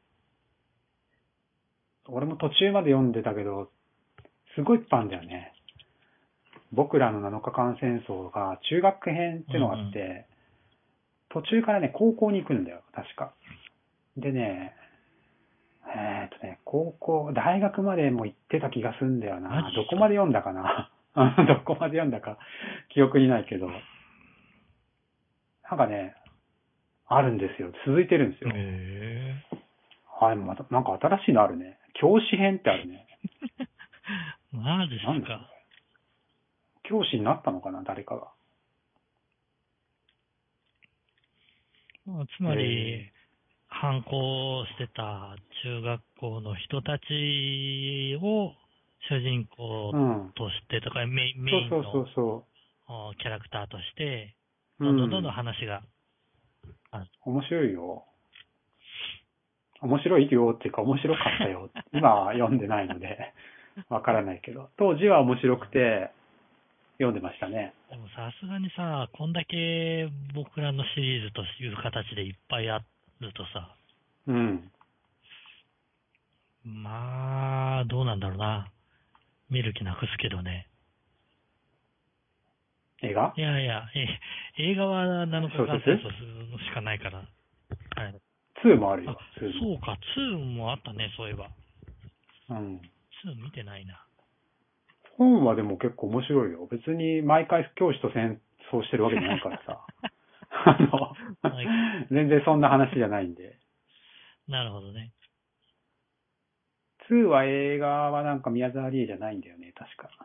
俺も途中まで読んでたけど、すごいいっぱいあるんだよね。僕らのなのかかん戦争が中学編っていうのがあっ
うんうん。
て、途中からね、高校に行くんだよ、確か。でね、えーっとね、高校、大学までも行ってた気がするんだよ
マジ
な。
っすか。
どこまで読んだかな。どこまで読んだか記憶にないけど。なんかね、 あるんですよ。続いてるんですよ。
へ
はい、また、なんか新しいのあるね。教師編ってあるね。
マジっ
なんだ
すか。
教師になったのかな、誰かが。
まあ、つまり、反抗してた中学校の人たちを主人公
うん。
としてとか、メインメイン
そうそうそ
の
うそ
おキャラクターとして、
う。う
どんどんどんどん
ん。
話がある。
面白いよ。面白いよっていうか面白かったよ。今は読んでないので、わからないけど。当時は面白くて読んでましたね。
でもさすがにさ、こんだけ僕らのシリーズという形でいっぱいあるとさ、
うん。
まあ、どうなんだろうな。見る気なくすけどね。
映画
いやいや、え映画はなのか
小説
元戦争するのしかないから。はい。
?ツー もある
あ、
よ、ツーも。
そうか、ツーもあったね、そういえば。
うん。
ツー見てないな。
本はでも結構面白いよ。別に毎回教師と戦争してるわけじゃないからさ。あの、全然そんな話じゃないんで。
なるほどね。
ツーは映画はなんか宮沢りえじゃないんだよね、確か。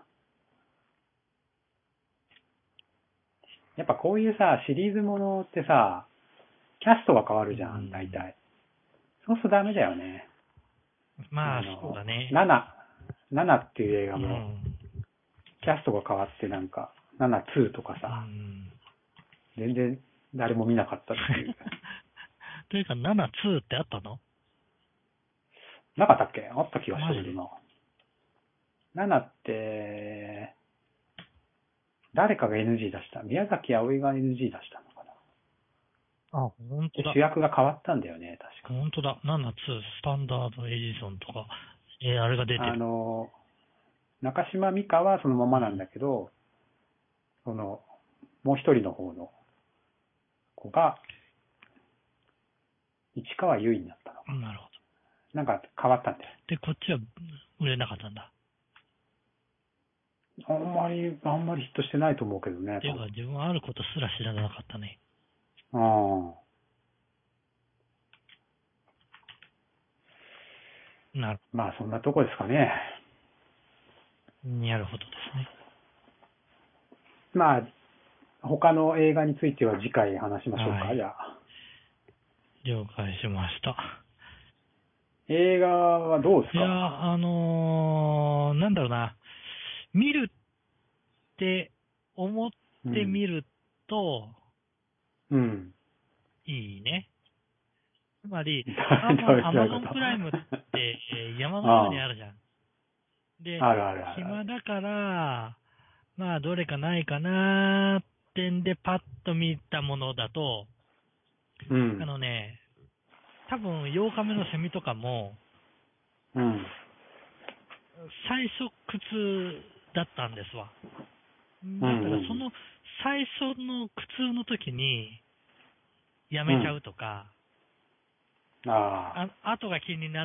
やっぱこういうさ、シリーズものってさ、キャストが変わるじゃん、大体。そうするとダメだよね。
まあ、
あの、
そうだね。
ナナ、ナナっていう映画も、
うん。
キャストが変わってなんか、ナナツーとか
う
さ、
ん。
全然誰も見なかったっていう。
というか、なな、ツーってあったの？
なかったっけ？あった気がした
マジで？
けどな。ナナって、誰かが エヌジー 出した。宮崎あおいが エヌジー 出したのか
あ、ほんとだ。
な。主役が変わったんだよね、確か。
ほんとだ。なな、ツー、スタンダードエジソンとか、えーあれが出て
あ
る。
の、中島美嘉はそのままなん
うん。
だけど、その、もう一人の方の子が、市川由衣になったのか。
なるほど。
なんか変わったんだよ。
で、こっちは売れなかったんだ。
あんまり、あんまりヒットしてないと思うけどね、
っていうか、自分はあることすら知らなかったね。
多分。
なる
うん。まあ、そんなとこですかね。
なるほどですね。
まあ、他の映画については次回話しましょうか、
はい。
じゃあ。
了解しました。
映画はどうです
いや、
か？
あのー、なんだろうな。見るって思ってみると、
うん。
いいね。つまり、
ど
アマ、ア
ういうこと？
マゾンプライムって、えー山のように
あ
あるじゃん。で、
あ、あるあるあるある。
暇だから、まあ、どれかないかなーってんで、パッと見たものだと、あ
うん。
のね、多分、ようかめのセミとかも、
うん。
最初苦痛だったんですわ。
うん
だから、そ
うん
の最初の苦痛の時に、や
うん。
めちゃうとか、
うん。ああ。
あ後が気になって、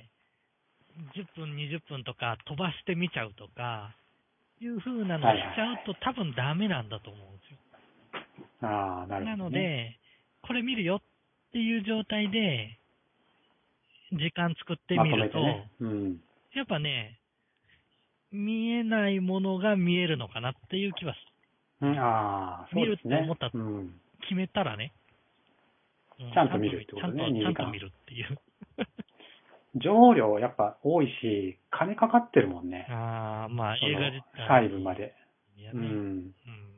じゅっぷん、にじゅっぷんとか飛ばしてみちゃうとか、いう風なのをし
はいはいはい。
ちゃうと多分ダメなんだと思うんですよ。
ああ、なる
な
ほどね。
ので、これ見るよっていう状態で、時間作って
まと
みると、
めてね。うん。
やっぱね、見えないものが見えるのかなっていう気はす
うん、ああ、
る。見る
そうですね。
って思った、
うん。
決めたらね、うん、
ちゃんと見
ちゃんと見、ち
るってことね、
ゃんと、ちゃ
2時間。
んと見るっていう。
情報量やっぱ多いし、金かかってるもんね。
ああ、まあ
その、
映画自体
細部まで。う
やね。
ん。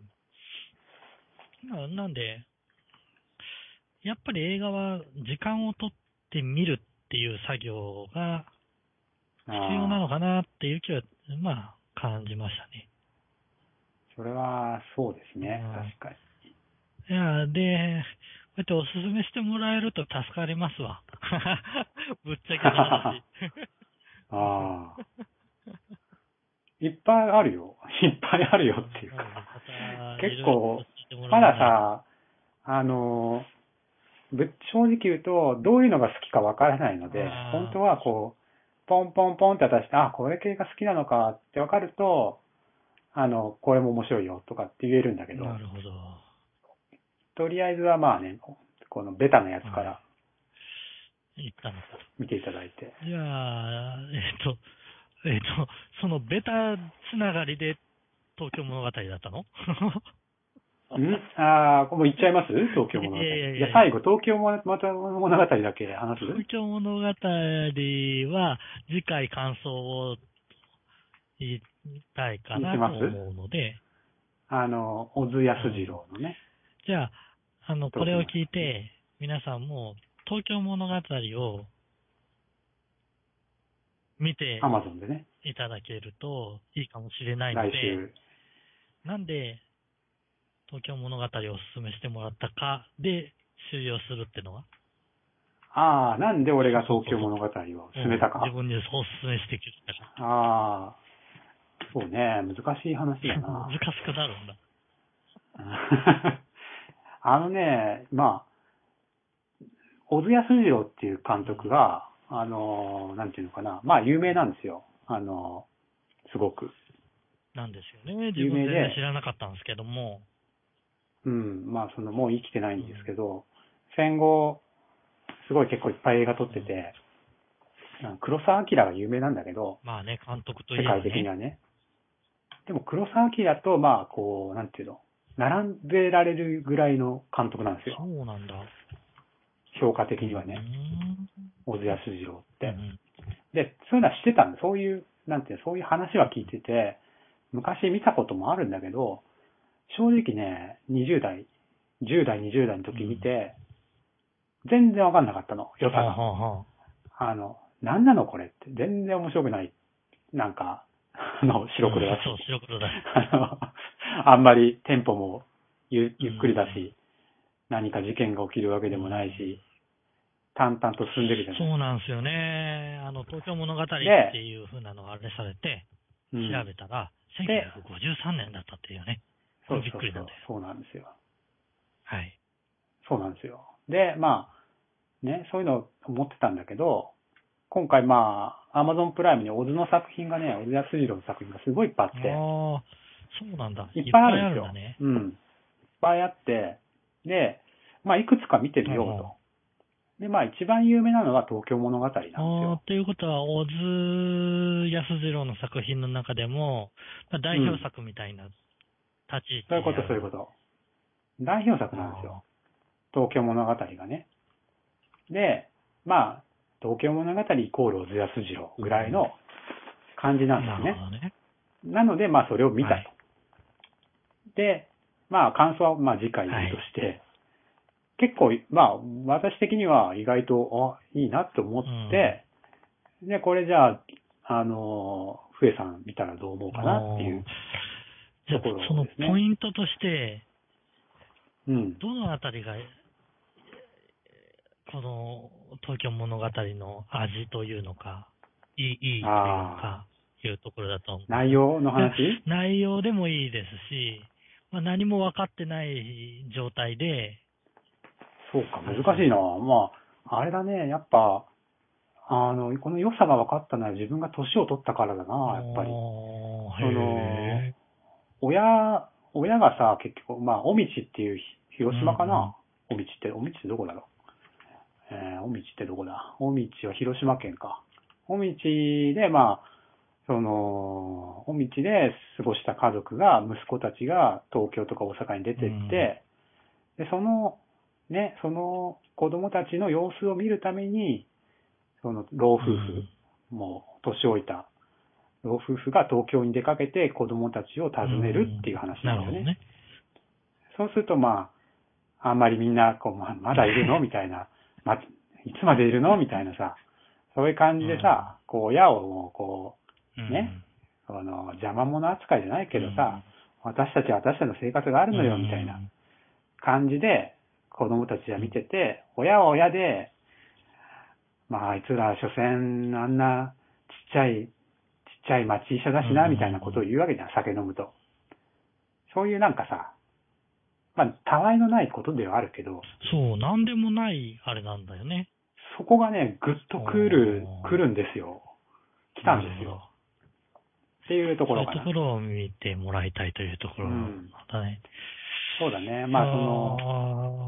うん。ななんで、やっぱり映画は時間をとって見るっていう作業が必要な
ああ、
のかなっていう気は、まあ、感じましたね。
それはそうです
う
ね。確
ん。
かに。
いや、で、こうやっておすすめしてもらえると助かりますわ。ぶっちゃけの話。うん。
ああ、いっぱいあるよ。いっぱいあるよっていうか。
なので、また、いろいろと
結構、
聞いてもら
ま
わないと。
ださ、あの、ぶ正直言うと、どういうのが好きかわからないので、本
あ
当はこう、ポンポンポンって渡して、あ、これ系が好きなのかってわかると、あの、これも面白いよとかって言えるんだけ
あ、な
ど、
るほど。
とりあえずはまあね、 このベタなやつから
行ったのか。
見ていただいて。
じゃあ、えっと、えっと、そのベタつながりで東京物語だったの
んああ、もう行っちゃいます東京物語。いやいやいやじゃあ最後、東京物語だけ話す
東京物語は次回感想を言いたいかなと思うので。
あの、小津安二郎のね。
うん、じゃあ、あの、これを聞いて、皆さんも東京物語を見て
アマゾンでね
いただけるといいかもしれないので、
来週
なんで東京物語をおすすめしてもらったかで終了するってのは、
ああ、なんで俺が東京物語を勧めたか。
うん、自分におすすめしてきたか。
ああ、そうね、難しい話だな。
難しくなるんだ。
あのね、まあ、小津安二郎っていう監督が、あの、なんていうのかな、まあ有名なんですよ。あの、すごく。
なんですよね。自分で知らなかったんですけども。
うん、まあそのもう生きてないんですけど、うん、戦後、すごい結構いっぱい映画撮ってて、うん、黒澤明が有名なんだけど、
まあね、監督といえばね。
世界的にはね。でも黒澤明と、まあこう、なんていうの、並んでられるぐらいの監督なんですよ。
そうなんだ。
評価的にはね。小津安二郎って、
うん。
で、そういうのはしてたんだ。そういう、なんていうの、そういう話は聞いてて、昔見たこともあるんだけど、正直ね、にじゅう代、じゅう代、にじゅう代の時見て、うん、全然わかんなかったの、良さが。はあはあ、あの、なんなのこれって。全然面白くない。なんか、あの、白黒だし。
うん、そう、白黒だし。
あの、あんまりテンポもゆゆっくりだし、うん、何か事件が起きるわけでもないし、うん、淡々と進んでるじゃない。
そうなんですよね。あの、東京物語っていう風なのがあれされて、調べたら、せんきゅうひゃくごじゅうさんねんだったっていうね。これびっくりなんだよ。
そうなんですよ。
はい。
そうなんですよ。で、まあ、ね、そういうのを思ってたんだけど、今回まあ、アマゾンプライムに小津の作品がね、小津安二郎の作品がすごいいっぱいあって。
ああ、そうなんだ。
いっぱいあるんですよ。
ね、
うん。いっぱいあって、で、まあ、いくつか見てみようと。で、まあ、一番有名なのは東京物語なんですよ。
ということは、小津安二郎の作品の中でも、まあ、代表作みたいな立ち位置、
うん、そういうこと、そういうこと。代表作なんですよ。東京物語がね。で、まあ、東京物語イコール小津安二郎ぐらいの感じなんですね。
なるほどね。
なので、まあ、それを見たと。はい、で、まあ、感想は、まあ、次回言うとして、はい、結構、まあ、私的には意外と、あ、いいなと思って、うん、で、これじゃあ、あの、ふえさん見たらどう思うかなっていうところですね。
そのポイントとして、
うん。
どのあたりが、この東京物語の味というのか、いい、いいというか、いうところだと思う。
内容の話？
内容でもいいですし、まあ、何も分かってない状態で。
そうか、難しいな。まあ、あれだね、やっぱ、あの、この良さが分かったのは自分が年を取ったからだな、やっぱり。その、親、親がさ、結局、まあ、尾道っていう、広島かな、うんうん、尾道って、尾道ってどこだろう。えー、尾道ってどこだ。尾道は広島県か。尾道で、まあ、その、尾道で過ごした家族が、息子たちが東京とか大阪に出てって、うん、で、その、ね、その子供たちの様子を見るために、その老夫婦、うん、もう年老いた老夫婦が東京に出かけて子供たちを訪ねるっていう話なんだよね。うん、ね、そうするとまあ、あんまりみんなこう、ま、まだいるのみたいな、ま、いつまでいるのみたいなさ、そういう感じでさ、こう親をもうこう、ね、うん、あの邪魔者扱いじゃないけどさ、うん、私たちは私たちの生活があるのよみたいな感じで子供たちは見てて、親は親で、まあ、あいつら、所詮、あんな、ちっちゃい、ちっちゃい町医者だしな、みたいなことを言うわけじゃん、酒飲むと。そういうなんかさ、まあ、たわいのないことではあるけど。
そう、なんでもない、あれなんだよね。
そこがね、ぐっと来る、来るんですよ。来たんですよ。っていうところかな。
そういうところを見てもらいたいというところだね。
うん、そうだね。まあ、その、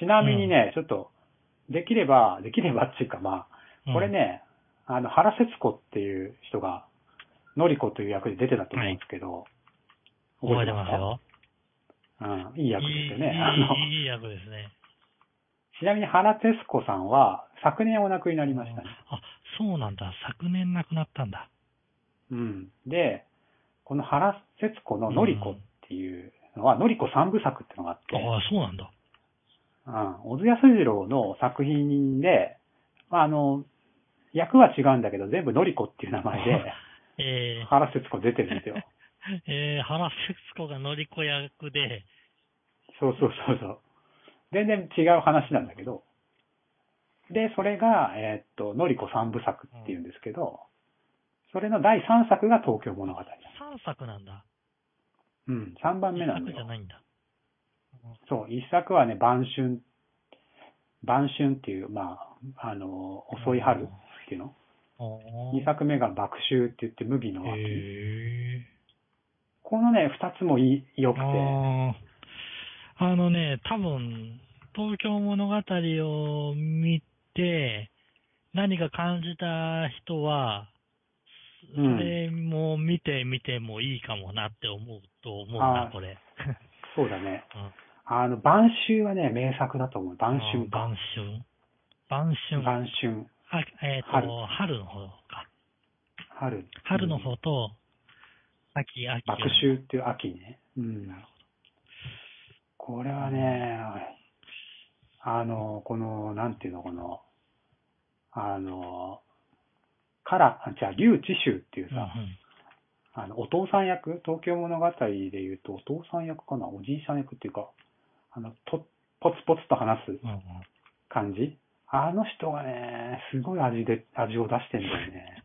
ちなみにね、うん、ちょっと、できれば、できればっていうかまあ、これね、うん、あの、原節子っていう人が、のり子という役で出てたと思うんですけど、
はい、覚えてますよ。
うん、いい役ですよね。
いい、あのいい役ですね。
ちなみに原節子さんは、昨年お亡くになりましたね。
あ、そうなんだ。昨年亡くなったんだ。
うん。で、この原節子ののり子っていうのは、のり子三部作っていうのがあって、
ああ、そうなんだ。
うん、小津安二郎の作品で、まあ、あの、役は違うんだけど、全部のり子っていう名前で、えー、原節子出てるんですよ。
えー、原節子がのり子役で、
そうそうそうそう。全然違う話なんだけど、で、それが、えー、っと、のり子三部作っていうんですけど、それのだいさんさくが東京物語。さ
んさくなんだ。
うん、さんばんめなんだよ。
いっさくじゃないんだ。
そう、いっさくはね、晩春、晩春っていう、まあ、あの、遅い春っていうの。にさくめが爆秋って言って麦の秋。
へ
このね、ふたつもいい、良くて。
ああのね、多分、東京物語を見て、何か感じた人は、それも見てみてもいいかもなって思うと思うな、これ。
そうだね。うん、あの、晩秋はね、名作だと思う。晩春か。
晩春。晩春。
晩春。
あ、えっ、ー、と、春、春の方か。
春。
春の方と、秋、秋。
爆秋っていう秋ね。うん。なるほど。これはね、あの、この、なんていうの、この、あの、から、じゃあ、劉知州っていうさ、うんうん、あの、お父さん役、東京物語で言うと、お父さん役かな、おじいさん役っていうか、あの、と、ポツポツと話す感じ、うんうん、あの人がね、すごい味で、味を出してんだよね。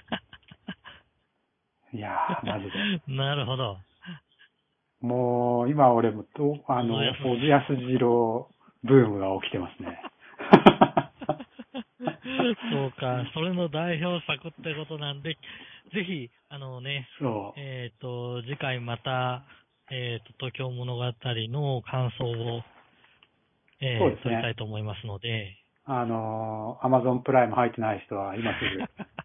いやー、マジで。
なるほど。
もう、今俺もと、あの、小津安二郎ブームが起きてますね。
そうか、それの代表作ってことなんで、ぜひ、あのね、
そう。
えっ、ー、と、次回また、えっ、ー、と、東京物語の感想を、えー、そうですね、取りたいと思いますので。
あの、アマゾンプライム入ってない人は今すぐ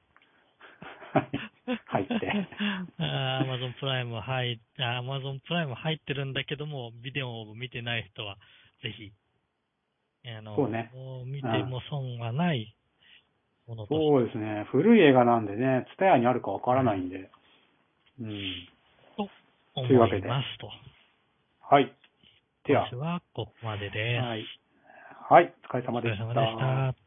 入って。
アマゾンプライム入っ、アマゾンプライム入ってるんだけども、ビデオを見てない人は、ぜひ、あの、
そうね、
もう見ても損はないものと、
うん、そうですね。古い映画なんでね、ツタヤにあるかわからないんで。うん。
と思いますと。
はい。
では、今週はここまでです。
はい。はい。お疲れ様でした。
お疲れ様でした。